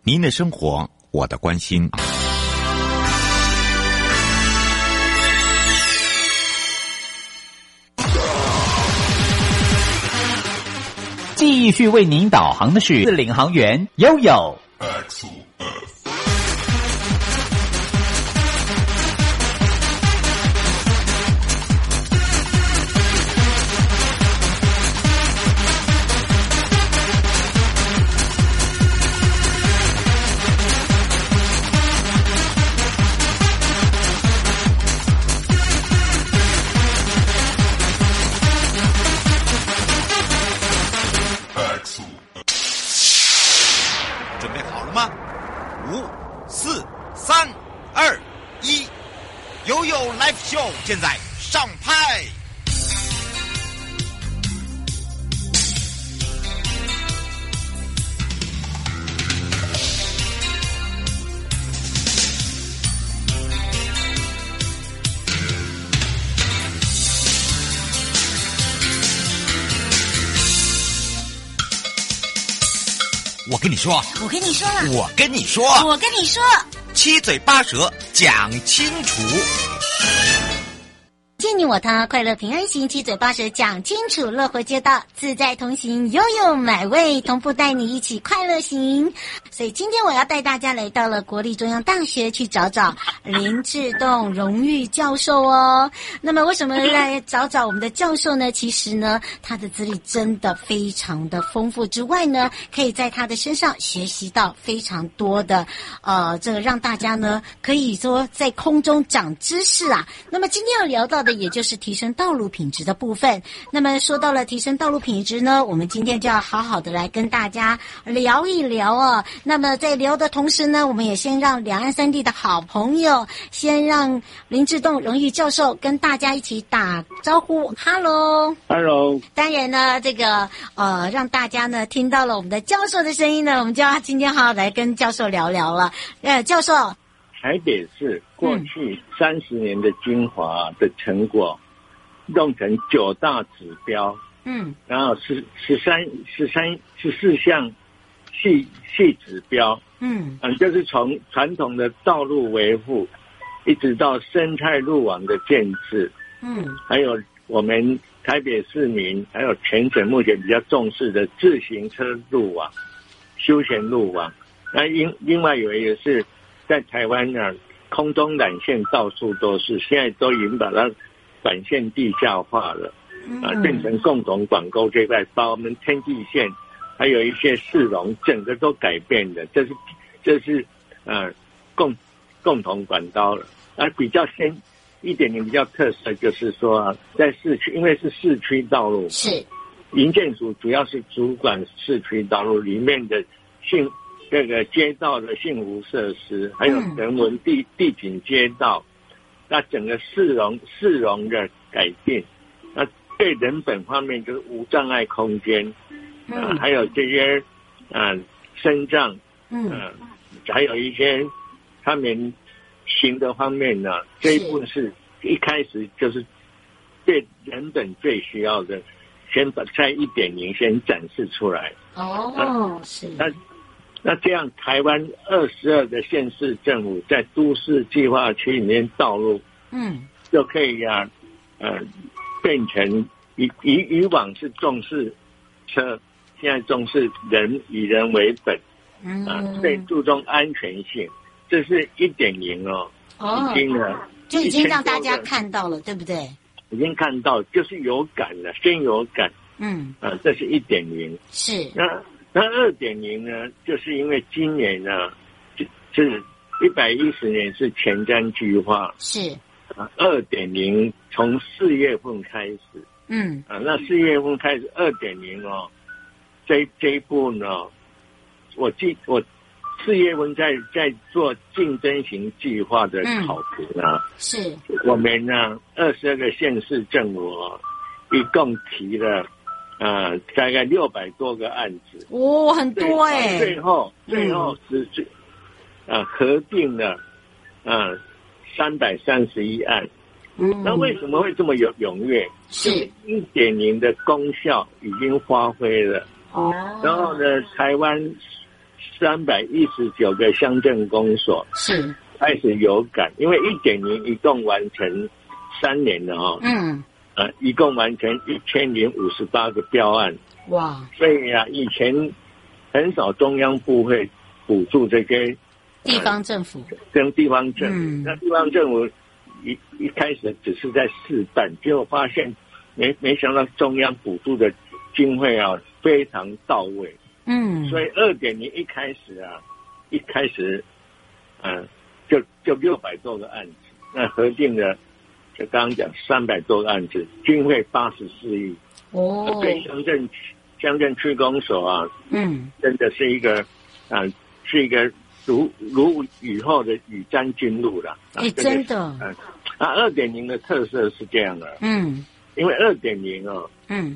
您的生活，我的关心。 继续为您导航的是领航员悠悠。 准备好了吗？5、4、3、2、1，悠悠 Live Show 现在上拍。我跟你说， 我跟你说了， 我跟你说， 我跟你说， 七嘴八舌讲清楚。 见你我他，快乐平安行，七嘴八舌讲清楚，乐活街道自在同行，悠悠买味同步带你一起快乐行。所以今天我要带大家来到了国立中央大学去找找林志栋荣誉教授哦。那么为什么来找找我们的教授呢？其实呢，他的资历真的非常的丰富之外呢，可以在他的身上学习到非常多的这个让大家呢可以说在空中长知识啊。那么今天要聊到的也就是提升道路品质的部分。那么说到了提升道路品质呢，我们今天就要好好的来跟大家聊一聊哦。那么在聊的同时呢，我们也先让两岸三地的好朋友，先让林志栋荣誉教授跟大家一起打招呼。Hello。当然呢，这个让大家呢听到了我们的教授的声音呢，我们就要今天好好来跟教授聊聊了。教授， 台北市过去30年的精华的成果，弄成9大指标，然后14项细指标，就是从传统的道路维护，一直到生态路网的建制，还有我们台北市民还有全省目前比较重视的自行车路网、休闲路网。那另外有一个是在台湾呢，空中缆线到处都是，现在都已经把它管线地下化了，变成共同管沟这块，把我们天际线还有一些市容整个都改变了，这是共同管道了。比较一点比较特色就是说在市区，因为是市区道路，是营建署主要是主管市区道路里面的这个街道的幸福设施，还有人文地景街道，那整个市容的改变，那对人本方面就是无障碍空间，还有这些身障，还有一些他们行的方面呢，这一部分是一开始就是对人本最需要的，先把在1.0先展示出来。 是。 那这样，台湾22个县市政府在都市计划区里面道路，就可以变成以往是重视车，现在重视人，以人为本，最注重安全性，这是1.0哦， 已经让大家看到了，对不对？ 已经看到，就是有感了，先有感，这是1.0，是那2.0呢，就是因为今年呢，就是110年是前瞻计划，是2.0从4月份开始，那4月份开始2.0哦，这一步呢，我4月份在做竞争型计划的考评呢，是我们呢22个县市政府一共提了。大概600多个案子， 很多哎。 最后是核定了331案。那为什么会这么踊跃？是1.0的功效已经发挥了。然后呢，台湾 319个乡镇公所是开始有感，因为 1.0 一共完成3年了哦。一共完成1058个标案。哇！所以啊，以前很少中央部会补助这些地方政府， 跟地方政府。那地方政府一开始只是在试办，结果发现没想到中央补助的经费啊非常到位。所以 2.0 一开始就600多个案子，那核定了就刚刚讲300多个案子，经费84亿。对乡镇区公所啊，真的是一个如雨后的雨沾金露了。 真的。 2.0 的特色是这样的。因为 2.0 哦，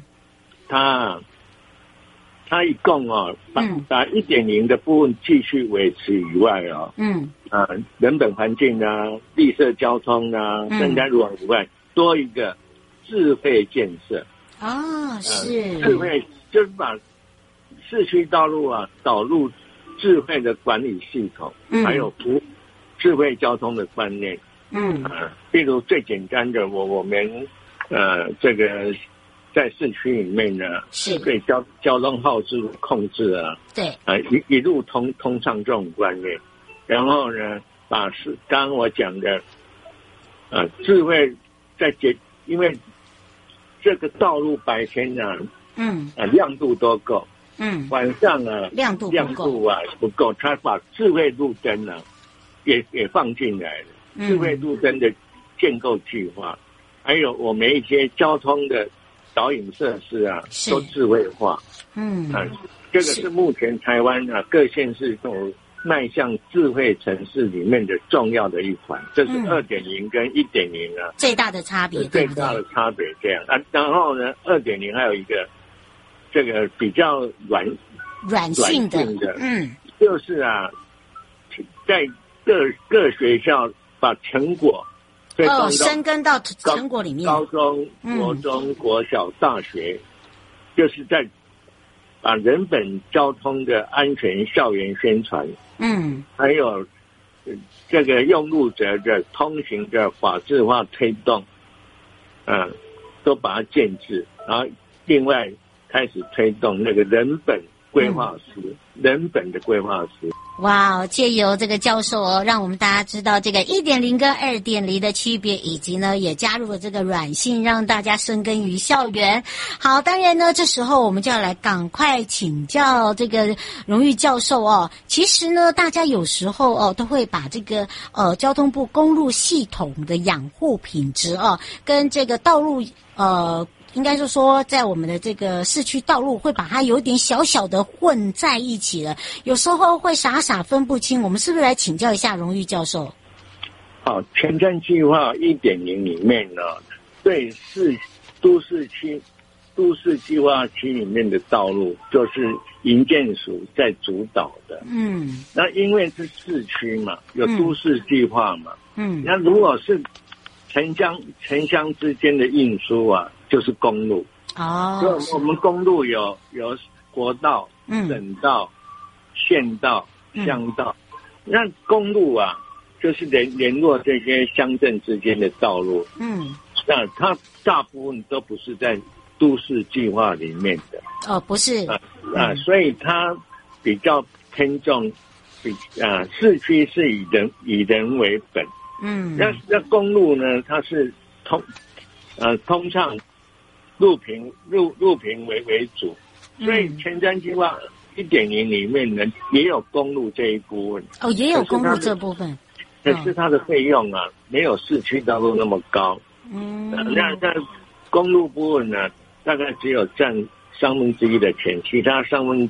它一共哦，把 1.0 的部分继续维持以外哦，人本环境啊、绿色交通啊、生态路网以外，多一个智慧建设。 是智慧，就是把市区道路啊导入智慧的管理系统，还有智慧交通的观念。例如最简单的，我们这个在市区里面呢，是对交通号志控制啊，对一路通畅这种观念，然后呢，把刚刚我讲的智慧因为这个道路白天呢，亮度都够，晚上啊亮度不够，他把智慧路灯呢也放进来了，智慧路灯的建构计划，还有我们一些交通的导引设施啊，都智慧化。这个是目前台湾啊各县市都迈向智慧城市里面的重要的一环，这是 2.0 跟 1.0 啊最大的差别， 最大的差别这样啊。然后呢 2.0 还有一个这个比较软性的，就是啊，在各学校把成果深耕到成果里面， 高中、国中、国小、大学，就是在把人本交通的安全校园宣传，还有这个用路者的通行的法制化推动，都把它建制，然后另外开始推动那个人本规划师，人本的规划师。 哇，借由这个教授让我们大家知道这个 1.0 跟 2.0 的区别，以及呢也加入了这个软性，让大家深耕于校园。好，当然呢这时候我们就要来赶快请教这个荣誉教授其实呢大家有时候都会把这个交通部公路系统的养护品质跟这个道路应该是说在我们的这个市区道路会把它有点小小的混在一起了，有时候会傻分不清，我们是不是来请教一下荣誉教授？ 好，前瞻计划 1.0 里面呢，对都市计划区里面的道路就是营建署在主导的。那因为是市区嘛，有都市计划嘛，那如果是城乡之间的运输啊，就是公路。就我们公路有国道、省道、县道、乡道，那公路啊，就是联络这些乡镇之间的道路。那它大部分都不是在都市计划里面的。不是。所以它比较偏重市区是以人为本。那公路呢？它是通畅路平为主，所以前瞻计划 1.0 里面呢也有公路这一部分。 也有公路这部分， 可是它的费用啊没有市区道路那么高。那公路部分呢，大概只有占1/3的钱，其他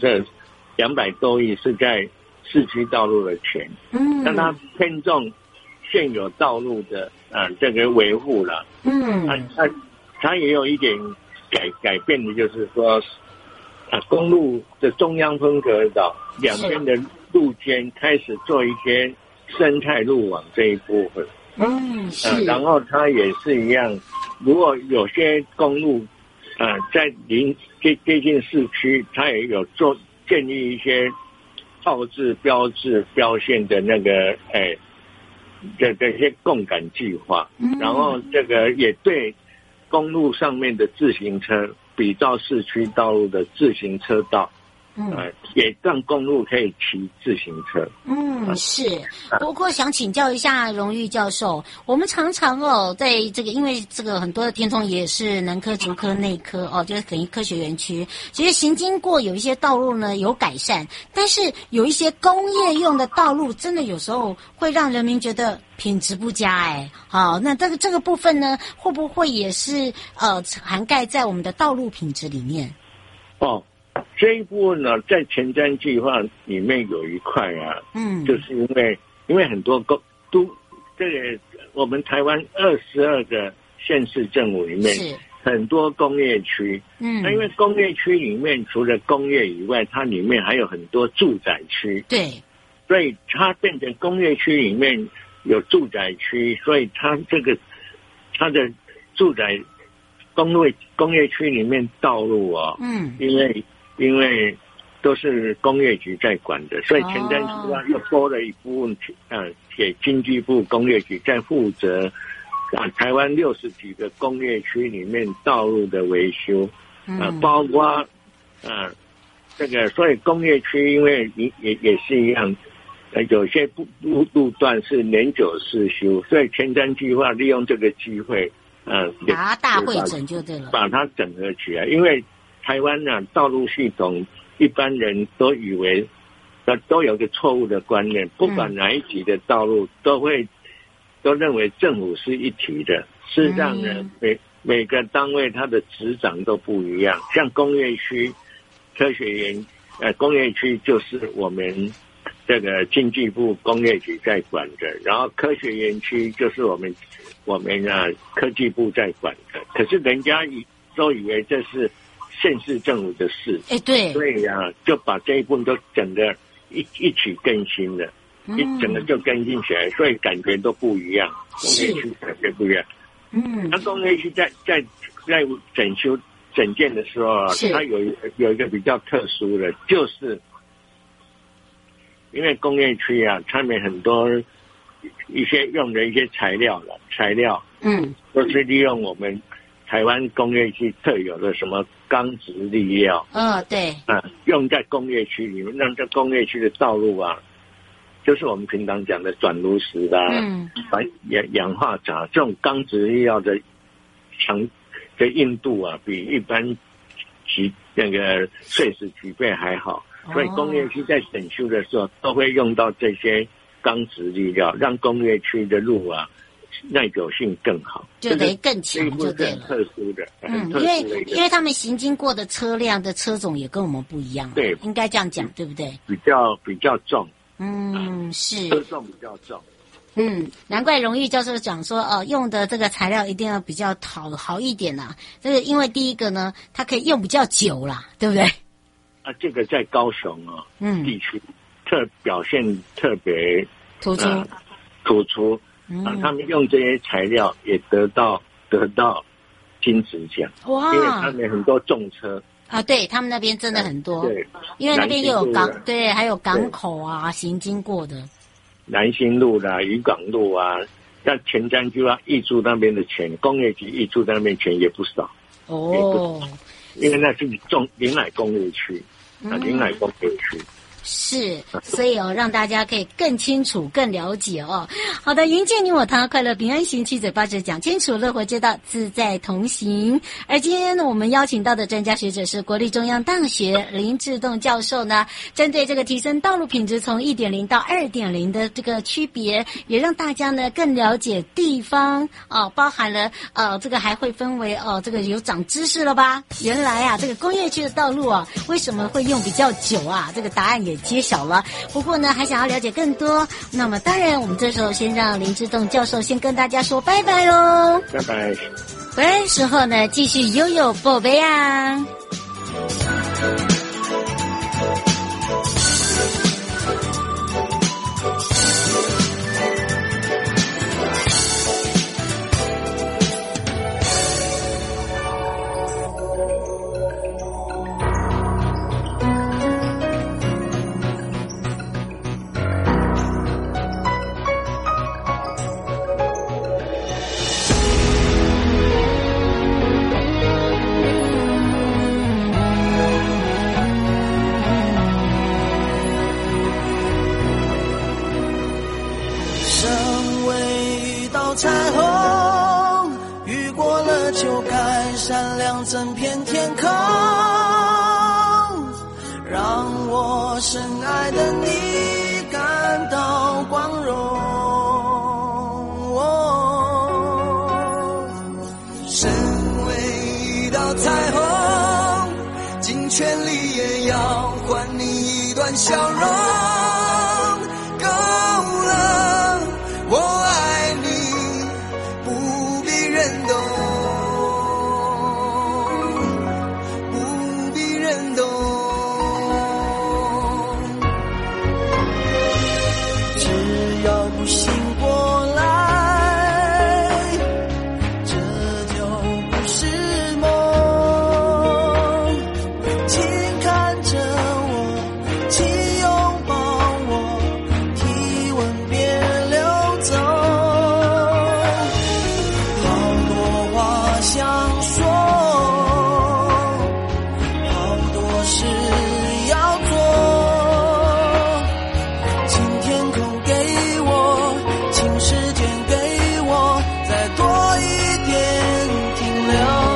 200多亿是在市区道路的钱。那它偏重现有道路的这个维护了。它也有一点改变的，就是说公路的中央分隔岛两边的路肩开始做一些生态路网这一部分。然后它也是一样，如果有些公路在接近市区，它也有建立一些号志、标志、标线的那个这些共感计划，然后这个也对公路上面的自行车比照市区道路的自行车道，也让公路可以骑自行车。 是。不过想请教一下荣誉教授，我们常常在这个，因为这个很多的听众也是南科、竹科、内科就是等于科学园区，其实行经过有一些道路呢有改善，但是有一些工业用的道路，真的有时候会让人民觉得品质不佳好，那这个部分呢，会不会也是涵盖在我们的道路品质里面？ 这一部分呢，在前瞻计划里面有一块就是因为很多这个我们台湾22个县市政府里面很多工业区，那因为工业区里面除了工业以外，它里面还有很多住宅区， 对， 所以它变成工业区里面有住宅区，所以它的住宅工业区里面道路因为都是工业局在管的，所以前瞻计划又拨了一部分给经济部工业局在负责台湾60几个工业区里面道路的维修，包括这个，所以工业区因为也是一样，有些路段是年久失修，所以前瞻计划利用这个机会把它大汇整就对了， 把它整合起来，因为台湾道路系统一般人都以为都有个错误的观念，不管哪一级的道路都认为政府是一体的，事实上呢每个单位它的执掌都不一样，像工业区科学园工业区就是我们这个经济部工业局在管的，然后科学园区就是我们科技部在管的，可是人家都以为这是县市政府的事， 对， 所以就把这一部分都整个一起更新了，整个就更新起来，所以感觉都不一样，工业区感觉不一样。那工业区在整建的时候它有一个比较特殊的，就是因为工业区他们很多一些用的一些材料都是利用我们台湾工业区特有的什么钢质粒料， 对， 用在工业区里面，让这工业区的道路就是我们平常讲的转炉石氧化钾这种钢质粒料的硬度比一般那个碎石几倍还好，所以工业区在整修的时候都会用到这些钢质粒料，让工业区的路耐久性更好， 就得更强就对了。 特殊的， 因为他们行经过的车辆的车种也跟我们不一样， 对， 应该这样讲，对不对？ 比较重， 是车重比较重。 难怪荣誉教授讲说用的这个材料一定要比较好一点啦。这个因为第一个呢，它可以用比较久啦，对不对？ 这个在高雄地区表现特别突出。他们用这些材料也得到金质奖，哇！因为他们很多重车对他们那边真的很多，对，因为那边又有港，对，还有港口行经过的南新路啦、渔港路像前瞻计划挹注那边的钱，工业局挹注那边钱也不少因为那是临海工业区，临海工业区。 是，所以让大家可以更清楚、更了解好的，云见你我他，快乐平安行，七嘴八舌讲清楚，乐活街道自在同行。而今天呢，我们邀请到的专家学者是国立中央大学林志栋教授呢，针对这个提升道路品质从 1.0 到 2.0 的这个区别，也让大家呢更了解地方包含了这个还会分为这个有长知识了吧？原来这个工业区的道路为什么会用比较久这个答案也揭晓了。不过呢，还想要了解更多，那么当然我们这时候先让林志栋教授先跟大家说拜拜咯， 拜拜。 回来的时候呢，继续悠悠宝贝道彩虹，雨过了就该闪亮整片天空，让我深爱的你感到光荣。身为一道彩虹，尽全力也要还你一段笑容。够了，我爱你，不必认懂，不必认懂。只要不醒过来，这就不是梦。请看着我，请拥抱我，体温别流走。好多话想说，好多事要做。请天空给我，请时间给我，再多一点停留。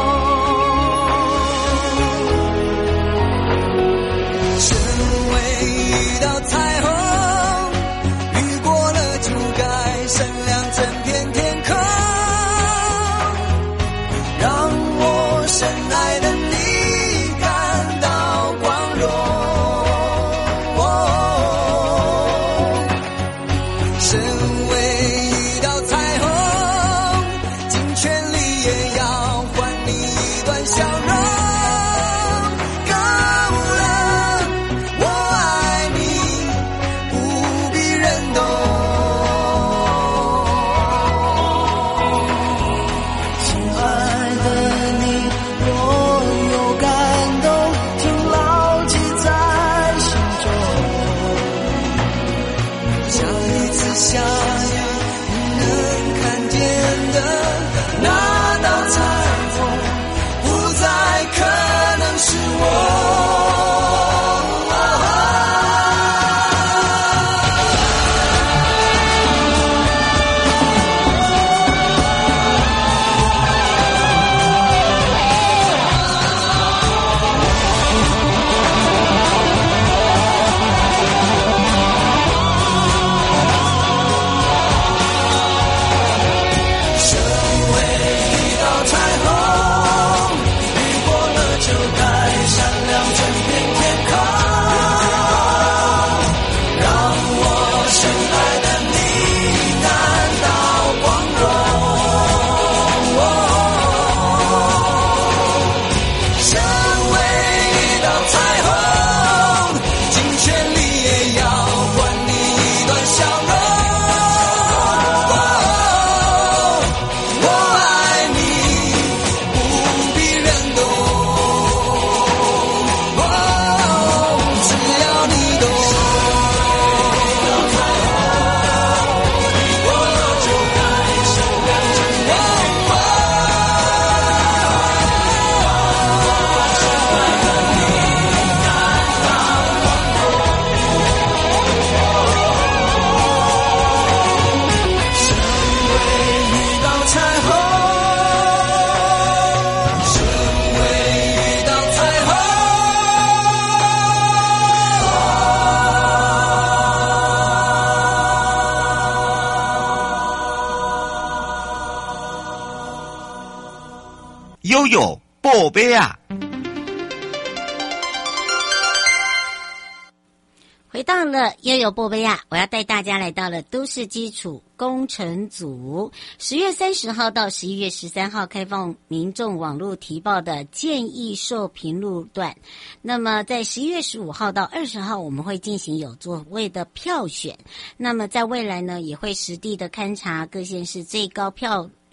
身为一道彩虹，雨过了就该闪亮整片天空，让我深爱的你感到光荣。身为一道彩虹，尽全力也要还你一段笑容。够了，我爱你，不必认懂。亲爱的你，若有感动，请牢记在心中。下一次相遇，你能看见的那道彩虹，不再可能是我。身为一道彩虹，雨过了就该闪亮整片天空，让我深爱的你感到光荣。身为一道彩虹，尽全力也要还你一段笑容。我爱你，不必认懂。只要你懂。我就该闪亮整片身为一道彩虹，身为一道彩虹。 悠悠宝贝啊！ 回到了悠悠宝贝啊，我要带大家来到了都市基础工程组10月30号到11月13号开放民众网络提报的建议受评路段。那么在11月15号到20号我们会进行有座位的票选。那么在未来呢，也会实地的勘察各县市最高票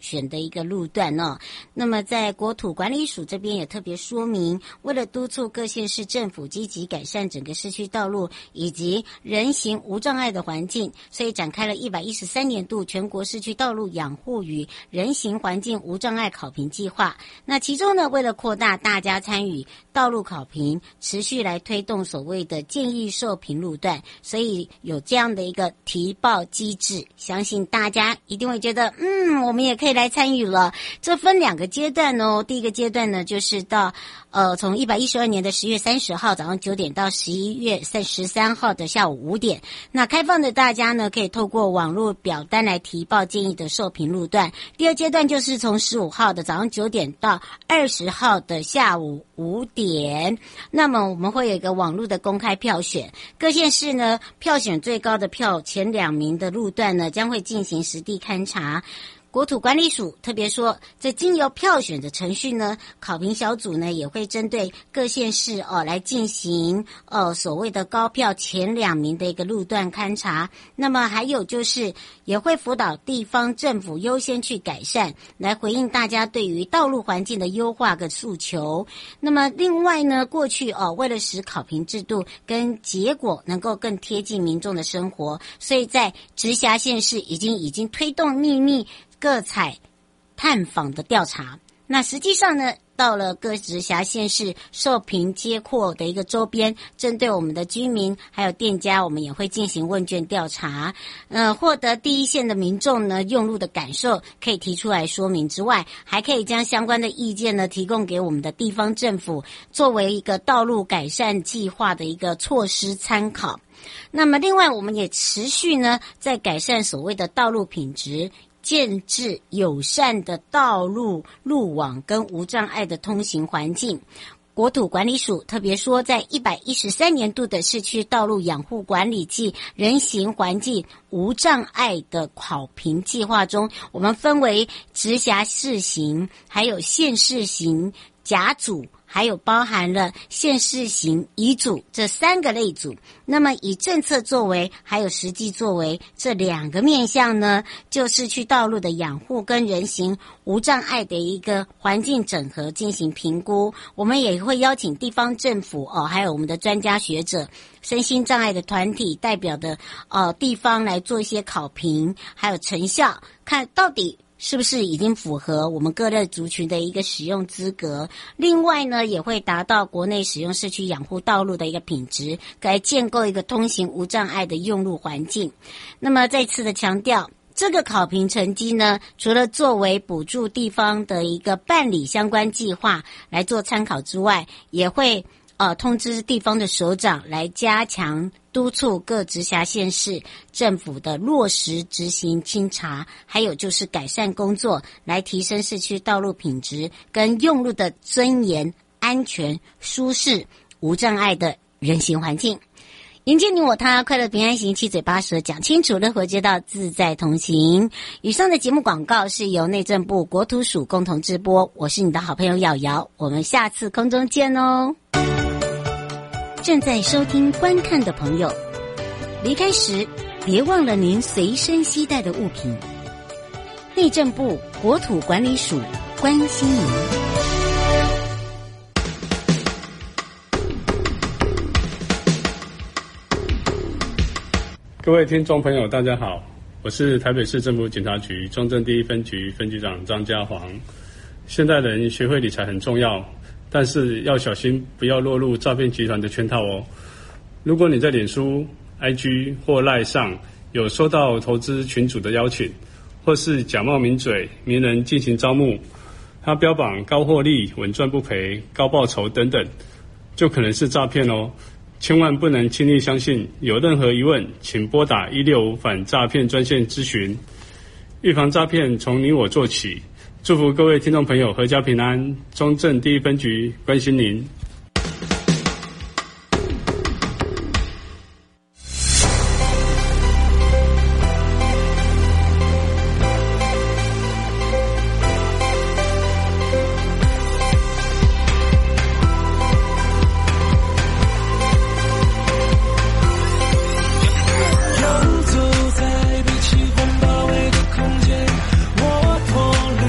选的一个路段哦。那么在国土管理署这边也特别说明，为了督促各县市政府积极改善整个市区道路以及人行无障碍的环境，所以展开了113年度全国市区道路养护与人行环境无障碍考评计划。那其中呢，为了扩大大家参与道路考评，持续来推动所谓的建议受评路段，所以有这样的一个提报机制，相信大家一定会觉得我们也可以来参与了。这分2个阶段哦，第一个阶段呢，就是到从112年的10月30号早上9点到11月13号的下午5点，那开放的大家呢，可以透过网络表单来提报建议的受评路段。第二阶段就是从15号的早上9点到20号的下午5点，那么我们会有一个网络的公开票选，各县市呢票选最高的票前2名的路段呢，将会进行实地勘察。国土管理署特别说，在经由票选的程序呢，考评小组呢也会针对各县市来进行所谓的高票前2名的一个路段勘察。那么还有就是也会辅导地方政府优先去改善，来回应大家对于道路环境的优化跟诉求。那么另外呢，过去为了使考评制度跟结果能够更贴近民众的生活，所以在直辖县市已经推动秘密各采探访的调查。那实际上呢，到了各直辖县市受评接扩的一个周边，针对我们的居民还有店家，我们也会进行问卷调查，获得第一线的民众呢用路的感受可以提出来说明之外，还可以将相关的意见呢提供给我们的地方政府，作为一个道路改善计划的一个措施参考。那么另外我们也持续呢在改善所谓的道路品质，建置友善的道路路网跟无障碍的通行环境。国土管理署特别说，在113年度的市区道路养护管理暨人行环境无障碍的考评计划中，我们分为直辖市型还有县市型甲组，还有包含了县市型乙组这3个类组。那么以政策作为还有实际作为这2个面向呢，就市区道路的养护跟人行无障碍的一个环境整合进行评估。我们也会邀请地方政府还有我们的专家学者、身心障碍的团体代表的地方来做一些考评，还有成效，看到底是不是已经符合我们各类族群的一个使用资格。另外呢，也会达到国内使用市区养护道路的一个品质，来建构一个通行无障碍的用路环境。那么再次的强调，这个考评成绩呢，除了作为补助地方的一个办理相关计划来做参考之外，也会通知地方的首长来加强督促各直辖县市政府的落实执行清查，还有就是改善工作，来提升市区道路品质跟用路的尊严、安全、舒适、无障碍的人行环境。迎接你我他，快乐平安行，七嘴八舌讲清楚，乐活街道自在同行。以上的节目广告是由内政部国土署共同直播，我是你的好朋友瑶瑶，我们下次空中见哦。正在收听观看的朋友，离开时别忘了您随身携带的物品。内政部国土管理署关心您。 各位听众朋友大家好，我是台北市政府警察局中正第一分局分局长张家煌。现代人学会理财很重要，但是要小心不要落入诈骗集团的圈套哦。如果你在脸书、IG 或 LINE 上有收到投资群组的邀请，或是假冒名嘴、名人进行招募，他标榜高获利、稳赚不赔、高报酬等等，就可能是诈骗哦。千万不能轻易相信，有任何疑问请拨打165反诈骗专线咨询。预防诈骗从你我做起，祝福各位听众朋友阖家平安。中正第一分局关心您。 游走在被气氛包围的空间，我脱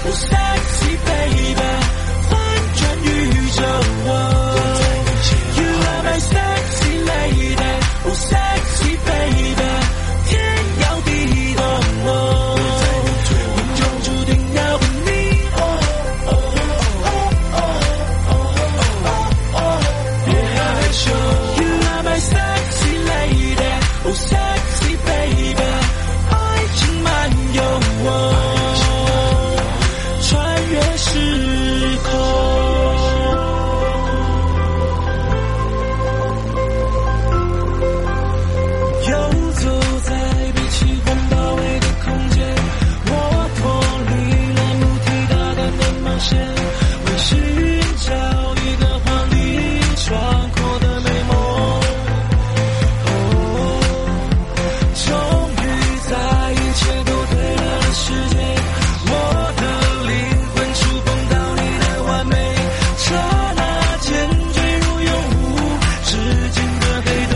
Oh sexy baby， 翻转宇宙。You are my sexy lady，Oh sexy baby， 天摇地动。命中注定要和你。别害羞。You are my sexy lady，Oh sexy baby， 爱情漫游我。穿越时空，游走在被气氛包围的空间，我脱离了母体大胆的冒险，为寻找一个华丽壮阔的美梦。终于在一切都对了的时间，我的灵魂触碰到你的完美，刹那间坠入永无止境的黑洞。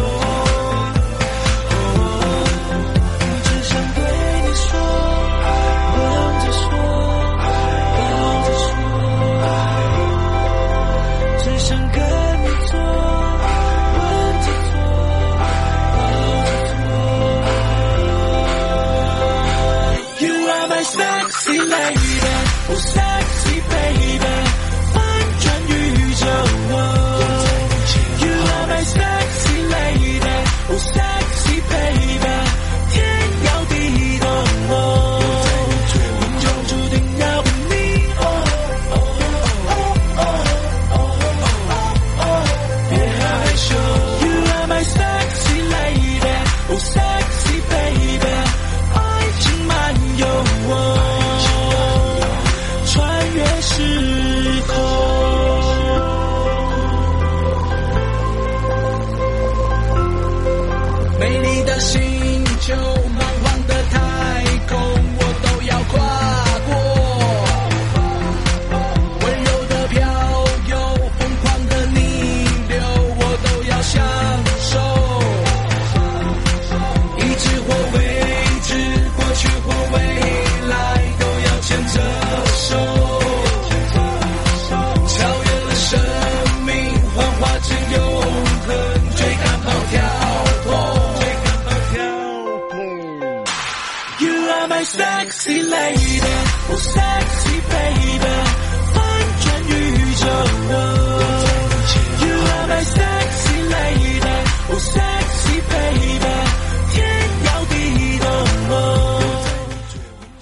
只想对你说，吻着说，抱着说，只想跟你做，吻着做，抱着做。You are my sexy lady，Oh sexy baby， 翻转宇宙。You are my sexy lady，Oh sexy baby， 天摇地动。命中注定要和你。别害羞。You are my sexy lady，Oh sexy baby， 爱情漫游我。穿越时空。美丽的星球，茫茫的太空，我都要跨过。温柔的漂游，疯狂的逆流，我都要享受。已知或未知，过去或未来，都要牵着手。超越了生命，幻化成永恒，追赶跑跳碰。You are my sexy lady，Oh sexy baby， 翻转宇宙。